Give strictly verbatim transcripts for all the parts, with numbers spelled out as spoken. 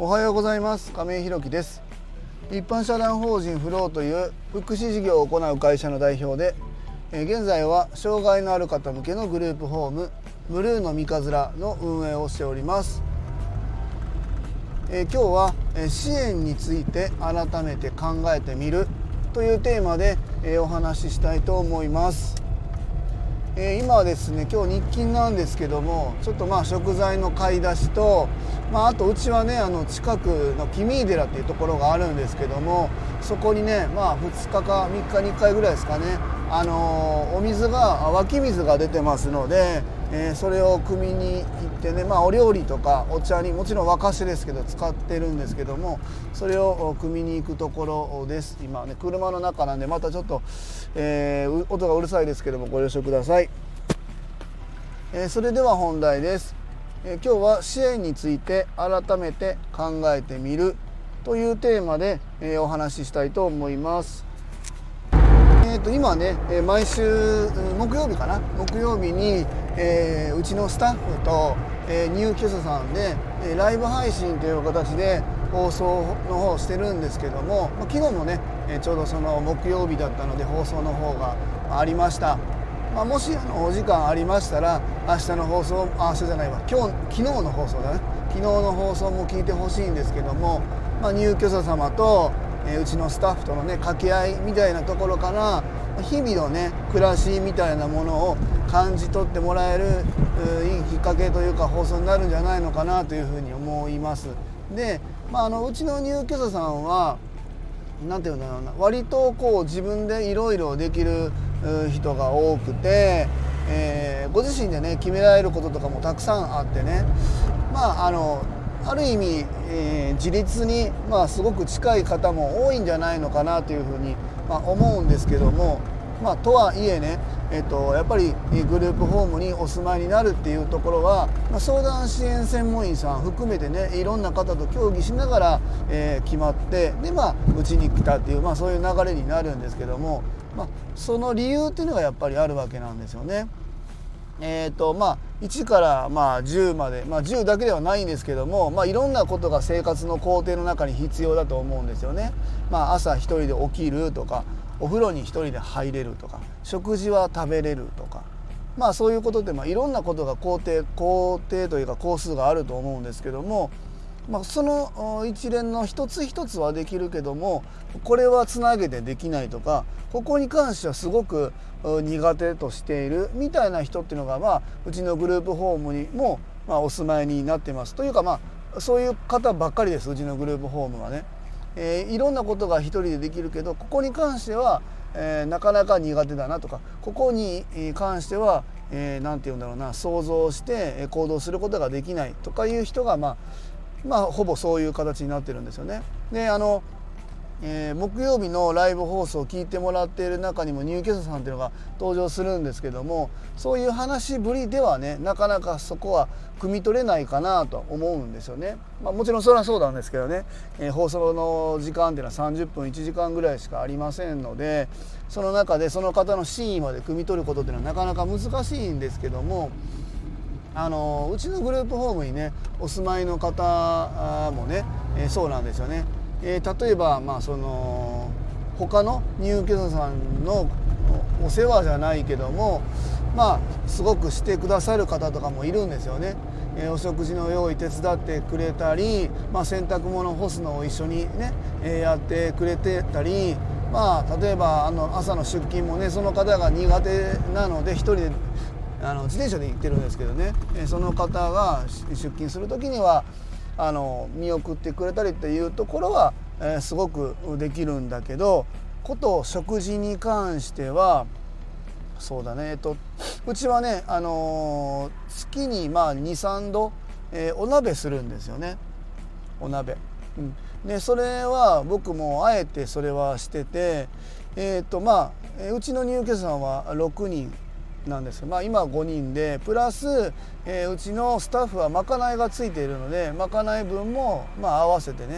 おはようございます。亀井宏樹です。一般社団法人フローという福祉事業を行う会社の代表で、現在は障害のある方向けのグループホームブルーの三日面の運営をしております。え今日は支援について改めて考えてみるというテーマでお話ししたいと思います。え今はですね、今日日勤なんですけども、ちょっとまあ食材の買い出しと、まあ、あとうちはね、あの近くの君井寺っていうところがあるんですけども、そこにね、まあふつかかみっかにいっかいぐらいですかね、あのお水が湧き水が出てますので、えー、それを汲みに行ってね、まあお料理とかお茶にもちろん沸かしですけど使ってるんですけども、それを汲みに行くところです。今ね、車の中なんでまたちょっと、えー、音がうるさいですけどもご了承ください。えー、それでは本題です。えー、今日は支援について改めて考えてみるというテーマで、えー、お話ししたいと思います。えー、と今ね、毎週木曜日かな木曜日に、えー、うちのスタッフと、えー、入居者さんで、えー、ライブ配信という形で放送の方をしてるんですけども、まあ、昨日もね、えー、ちょうどその木曜日だったので放送の方がありました。まあ、もしあのお時間ありましたら明日の放送あ明日じゃないわ今日昨日の放送だね昨日の放送も聞いてほしいんですけども、まあ、入居者様とうちのスタッフとのね掛け合いみたいなところから日々のね暮らしみたいなものを感じ取ってもらえるいいきっかけというか放送になるんじゃないのかなというふうに思います。で、まあ、あのうちの入居者さんはなんていうんだろうな、割とこう自分でいろいろできる人が多くて、えー、ご自身でね決められることとかもたくさんあってね、まああのある意味、えー、自立に、まあ、すごく近い方も多いんじゃないのかなというふうに、まあ、思うんですけども、まあ、とはいえね、えっと、やっぱりグループホームにお住まいになるっていうところは、まあ、相談支援専門員さん含めてねいろんな方と協議しながら、えー、決まってで、まあ、うちに来たっていう、まあ、そういう流れになるんですけども、まあ、その理由っていうのがやっぱりあるわけなんですよね。えーとまあ、いちからまあじゅうまで、まあ、じゅうだけではないんですけども、まあ、いろんなことが生活の工程の中に必要だと思うんですよね。まあ、朝一人で起きるとかお風呂に一人で入れるとか食事は食べれるとか、まあ、そういうことって、まあ、いろんなことが工程工程というか工数があると思うんですけども、まあ、その一連の一つ一つはできるけどもこれはつなげてできないとかここに関してはすごく苦手としているみたいな人っていうのが、まあ、うちのグループホームにも、まあ、お住まいになってますというか、まあ、そういう方ばっかりです。うちのグループホームはね、えー、いろんなことが一人でできるけどここに関しては、えー、なかなか苦手だなとかここに関してはえー、なんて言うんだろうな想像して行動することができないとかいう人がまあまあほぼそういう形になってるんですよね。であの、えー、木曜日のライブ放送を聞いてもらっている中にも入居者さんっていうのが登場するんですけども、そういう話ぶりではねなかなかそこは汲み取れないかなと思うんですよね。まあ、もちろんそれはそうなんですけどね、えー、放送の時間っていうのはさんじゅっぷんいちじかんぐらいしかありませんので、その中でその方の真意まで汲み取ることっていうのはなかなか難しいんですけども、あのうちのグループホームにねお住まいの方もね、えー、そうなんですよね。えー、例えば、まあ、その他の入居者さんのお世話じゃないけども、まあ、すごくしてくださる方とかもいるんですよね。えー、お食事の用意手伝ってくれたり、まあ、洗濯物干すのを一緒にね、えー、やってくれてたり、まあ、例えばあの朝の出勤もねその方が苦手なので一人であの自転車で行ってるんですけどね、えー、その方が出勤する時にはあの見送ってくれたりっていうところは、えー、すごくできるんだけどこと食事に関してはそうだね、えっと、うちはね、あのー、月にまあにさんど、えー、お鍋するんですよね。お鍋、うん、でそれは僕もあえてそれはしてて、えーとまあ、うちの入居者さんはろくにんなんですけど、まあ、今はごにんでプラス、えー、うちのスタッフはまかないがついているのでまかない分も、まあ、合わせてね、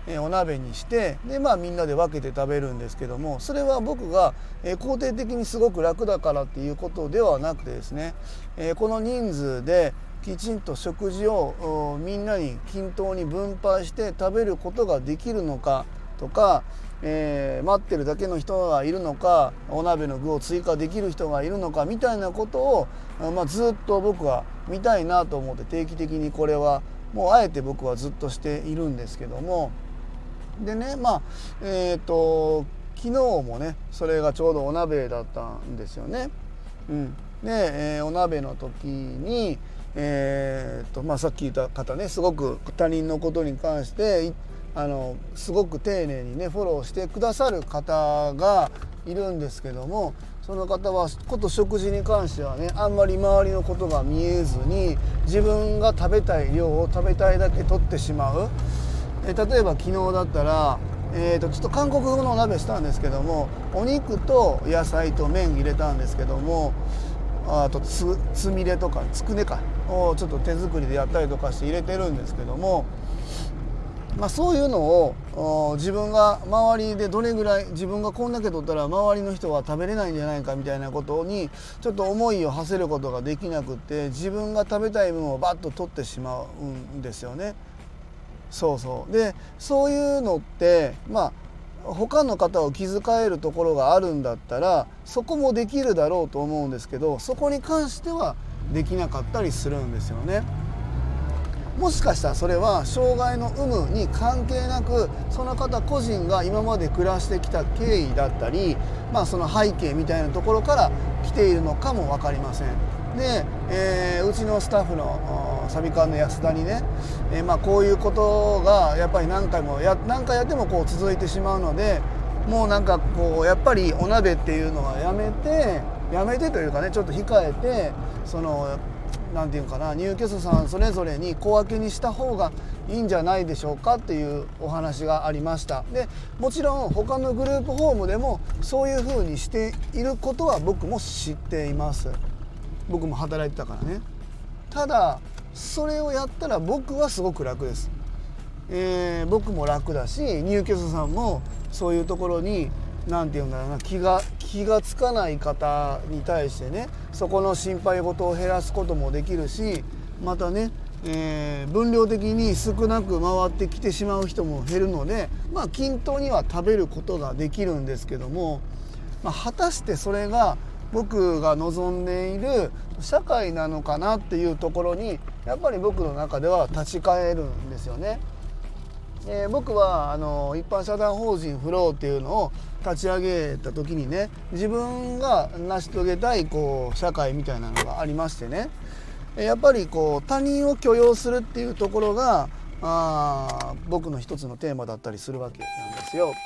えー、お鍋にしてで、まあ、みんなで分けて食べるんですけども、それは僕が、えー、肯定的にすごく楽だからっていうことではなくてですね、えー、この人数できちんと食事をみんなに均等に分配して食べることができるのかとか、えー、待ってるだけの人がいるのか、お鍋の具を追加できる人がいるのかみたいなことを、まあ、ずっと僕は見たいなと思って定期的にこれはもうあえて僕はずっとしているんですけども、でね、まあえっと昨日もねそれがちょうどお鍋だったんですよね。うん、で、えー、お鍋の時にえーとまあ、さっき言った方ね、すごく他人のことに関してあのすごく丁寧にねフォローしてくださる方がいるんですけども、その方はこと食事に関してはねあんまり周りのことが見えずに自分が食べたい量を食べたいだけ取ってしまう。え例えば昨日だったら、えー、とちょっと韓国風のお鍋したんですけども、お肉と野菜と麺入れたんですけども、あと つ, つみれとかつくねかをちょっと手作りでやったりとかして入れてるんですけども、まあ、そういうのを自分が周りでどれぐらい自分がこんだけ取ったら周りの人は食べれないんじゃないかみたいなことにちょっと思いを馳せることができなくって、自分が食べたい分をバッと取ってしまうんですよね。そうそうでそういうのってまあ他の方を気遣えるところがあるんだったらそこもできるだろうと思うんですけど、そこに関してはできなかったりするんですよね。もしかしたらそれは障害の有無に関係なくその方個人が今まで暮らしてきた経緯だったり、まあ、その背景みたいなところから来ているのかも分かりません。で、えー、うちのスタッフのサビ館の安田にね、えーまあ、こういうことがやっぱり何回もや何回やってもこう続いてしまうので、もうなんかこうやっぱりお鍋っていうのはやめてやめてというかねちょっと控えて、そのなんていうかな入居者さんそれぞれに小分けにした方がいいんじゃないでしょうかっていうお話がありました。でもちろん他のグループホームでもそういうふうにしていることは僕も知っています。僕も働いてたからね。ただそれをやったら僕はすごく楽です、えー、僕も楽だし入居者さんもそういうところに何て言うんだろうな気が気がつかない方に対してねそこの心配事を減らすこともできるし、またね、えー、分量的に少なく回ってきてしまう人も減るので、まあ均等には食べることができるんですけども、まあ、果たしてそれが僕が望んでいる社会なのかなっていうところにやっぱり僕の中では立ち返るんですよね。えー、僕はあの一般社団法人フローっていうのを立ち上げた時にね自分が成し遂げたいこう社会みたいなのがありましてね、やっぱりこう他人を許容するっていうところがあ僕の一つのテーマだったりするわけなんですよ。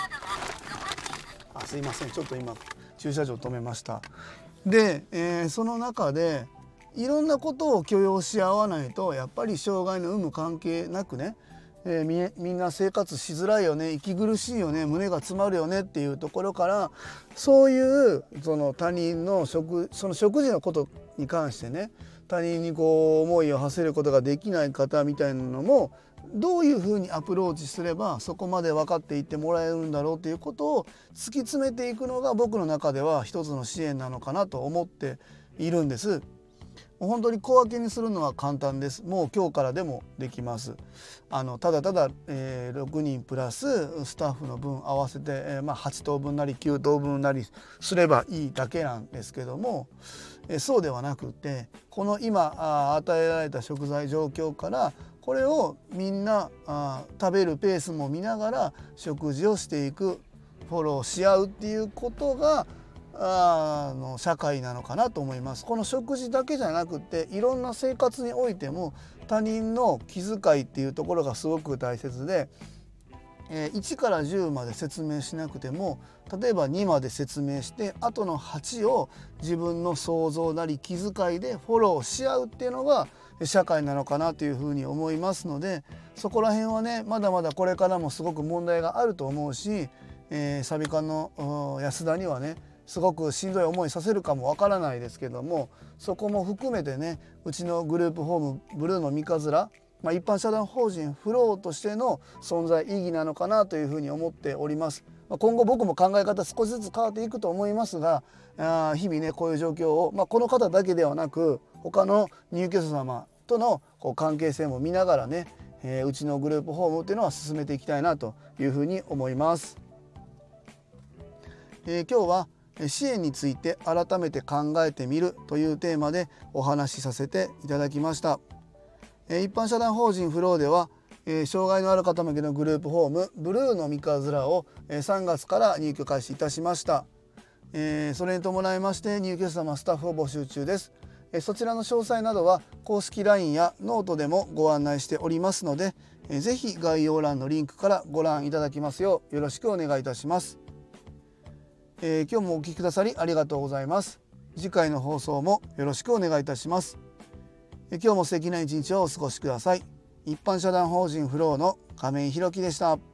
あすいませんちょっと今駐車場止めました。で、えー、その中でいろんなことを許容し合わないとやっぱり障害の有無関係なくね、えー、み, みんな生活しづらいよね息苦しいよね胸が詰まるよねっていうところからそういうその他人の食その食事のことに関してね他人にこう思いを馳せることができない方みたいなのもどういうふうにアプローチすればそこまで分かっていってもらえるんだろうということを突き詰めていくのが僕の中では一つの支援なのかなと思っているんです。本当に小分けにするのは簡単です。もう今日からでもできます。あのただただ、えー、ろくにんプラススタッフの分合わせて、えーまあ、はちとうぶんなりきゅうとうぶんなりすればいいだけなんですけども、えー、そうではなくてこの今あ与えられた食材状況からこれをみんなあ食べるペースも見ながら食事をしていくフォローし合うっていうことがあの社会なのかなと思います。この食事だけじゃなくていろんな生活においても他人の気遣いっていうところがすごく大切で、えー、いちからじゅうまで説明しなくても例えばにまで説明してあとのはちを自分の想像なり気遣いでフォローし合うっていうのが社会なのかなというふうに思いますので、そこら辺はねまだまだこれからもすごく問題があると思うし、えー、サビ館の安田にはねすごくしんどい思いさせるかもわからないですけども、そこも含めてねうちのグループホームブルーの三日面まあ、一般社団法人フローとしての存在意義なのかなというふうに思っております。まあ、今後僕も考え方少しずつ変わっていくと思いますが、あ日々ねこういう状況を、まあ、この方だけではなく他の入居者様とのこう関係性も見ながらね、えー、うちのグループホームっていうのは進めていきたいなというふうに思います。えー、今日は支援について改めて考えてみるというテーマでお話しさせていただきました。えー、一般社団法人フローでは、えー、障害のある方向けのグループホームブルーの三日面を、えー、さんがつから入居開始いたしました。えー、それに伴いまして入居者様スタッフを募集中です。えー、そちらの詳細などは公式 ライン やノートでもご案内しておりますので、えー、ぜひ概要欄のリンクからご覧いただきますようよろしくお願いいたします。えー、今日もお聞きくださりありがとうございます。次回の放送もよろしくお願いいたします。えー、今日も素敵な一日をお過ごしください。一般社団法人フローの亀井宏樹でした。